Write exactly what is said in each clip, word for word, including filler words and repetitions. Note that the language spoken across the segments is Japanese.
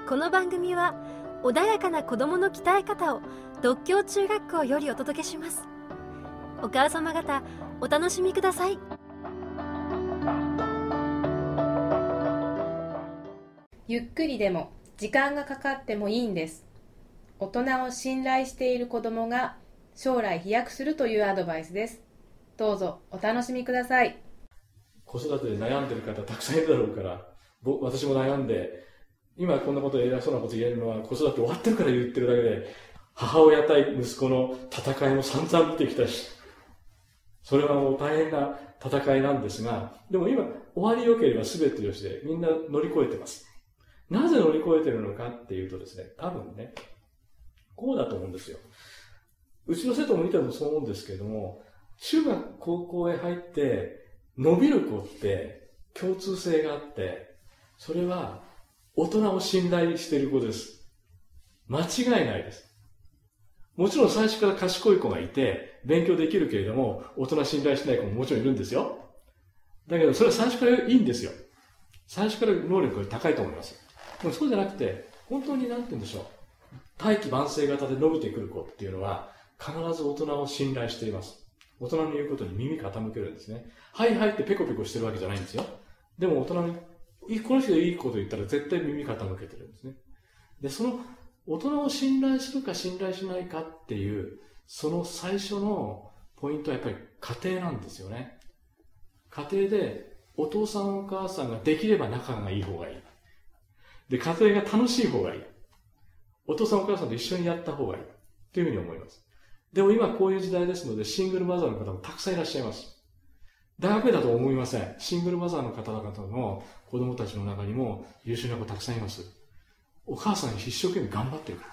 この番組は穏やかな子どもの鍛え方を独協中学校よりお届けします。お母様方お楽しみください。 ゆっくりでも時間がかかってもいいんです。大人を信頼している子どもが将来飛躍するというアドバイスです。どうぞお楽しみください。 子育てで悩んでる方たくさんいるだろうから、私も悩んで、今こんなこと偉そうなこと言えるのは子育て終わってるから言ってるだけで、母親対息子の戦いも散々見てきたし、それはもう大変な戦いなんですが、でも今終わり良ければ全てよしでみんな乗り越えてます。なぜ乗り越えてるのかっていうとですね、多分ね、こうだと思うんですよ。うちの生徒も見てもそう思うんですけれども、中学高校へ入って伸びる子って共通性があって、それは大人を信頼している子です。間違いないです。もちろん最初から賢い子がいて勉強できるけれども、大人信頼しない子ももちろんいるんですよ。だけどそれは最初からいいんですよ。最初から能力が高いと思います。でもそうじゃなくて、本当になんて言うんでしょう。大器晩成型で伸びてくる子っていうのは必ず大人を信頼しています。大人の言うことに耳傾けるんですね。はいはいってペコペコしてるわけじゃないんですよ。でも大人にこの人でいいこと言ったら絶対耳傾けてるんですね。で、その大人を信頼するか信頼しないかっていう、その最初のポイントはやっぱり家庭なんですよね。家庭でお父さんお母さんができれば仲がいい方がいい。で、家庭が楽しい方がいい。お父さんお母さんと一緒にやった方がいい。というふうに思います。でも今こういう時代ですので、シングルマザーの方もたくさんいらっしゃいます。ダメだと思いません。シングルマザーの方々の子供たちの中にも優秀な子たくさんいます。お母さん一生懸命頑張ってるから。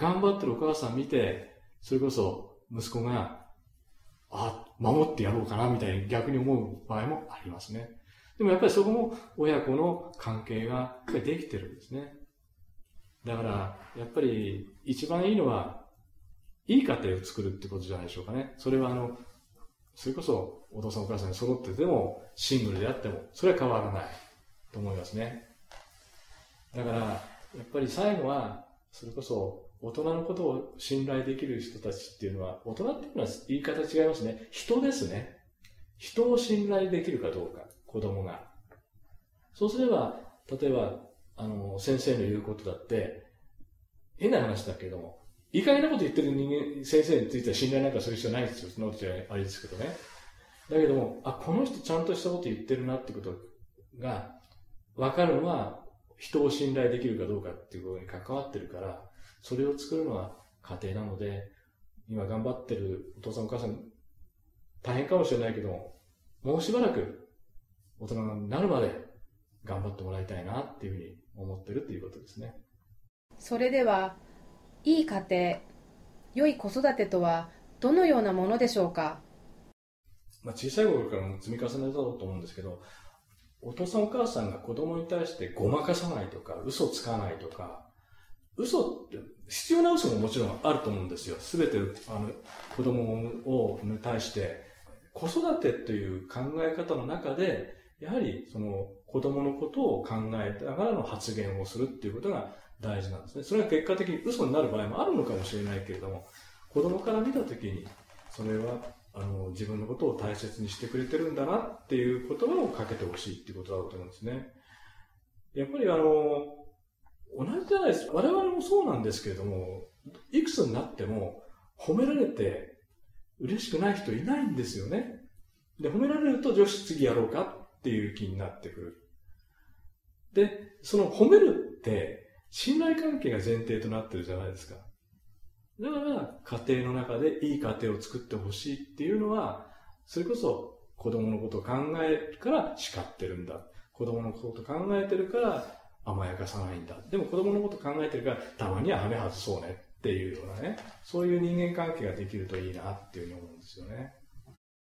頑張ってるお母さん見て、それこそ息子が、あ、守ってやろうかなみたいに逆に思う場合もありますね。でもやっぱりそこも親子の関係がやっぱりできてるんですね。だからやっぱり一番いいのは、いい家庭を作るってことじゃないでしょうかね。それはあの、それこそお父さんお母さんに揃っててもシングルであってもそれは変わらないと思いますね。だからやっぱり最後はそれこそ大人のことを信頼できる人たちっていうのは、大人っていうのは言い方違いますね。人ですね。人を信頼できるかどうか、子供が。そうすれば例えばあの先生の言うことだって変な話だけども、いい加減なこと言ってる人間、先生については信頼なんかする必要ないですよ。そのことはあれですけどね。だけども、あ、この人ちゃんとしたこと言ってるなってことが分かるのは、人を信頼できるかどうかっていうことに関わってるから、それを作るのは家庭なので、今頑張ってるお父さんお母さん、大変かもしれないけども、もうしばらく大人になるまで頑張ってもらいたいなっていうふうに思ってるっていうことですね。 それでは、いい家庭、良い子育てとはどのようなものでしょうか。 まあ、小さい頃からの積み重ねだろうと思うんですけど、お父さんお母さんが子供に対してごまかさないとか、嘘つかないとか、嘘って、必要な嘘ももちろんあると思うんですよ。すべてあの子供をに対して、子育てという考え方の中で、やはりその子供のことを考えながらの発言をするっていうことが大事なんですね。それが結果的に嘘になる場合もあるのかもしれないけれども、子供から見たときに、それはあの自分のことを大切にしてくれてるんだなっていう言葉をかけてほしいっていうことだろうと思うんですね。やっぱりあの、同じじゃないですか。我々もそうなんですけれども、いくつになっても褒められて嬉しくない人いないんですよね。で、褒められると、女子次やろうかっていう気になってくる。で、その褒めるって、信頼関係が前提となってるじゃないですか。だから家庭の中でいい家庭を作ってほしいっていうのは、それこそ子供のことを考えるから叱ってるんだ。子供のことを考えてるから甘やかさないんだ。でも子供のことを考えてるからたまには羽目外そうねっていうようなね、そういう人間関係ができるといいなっていうふうに思うんですよね。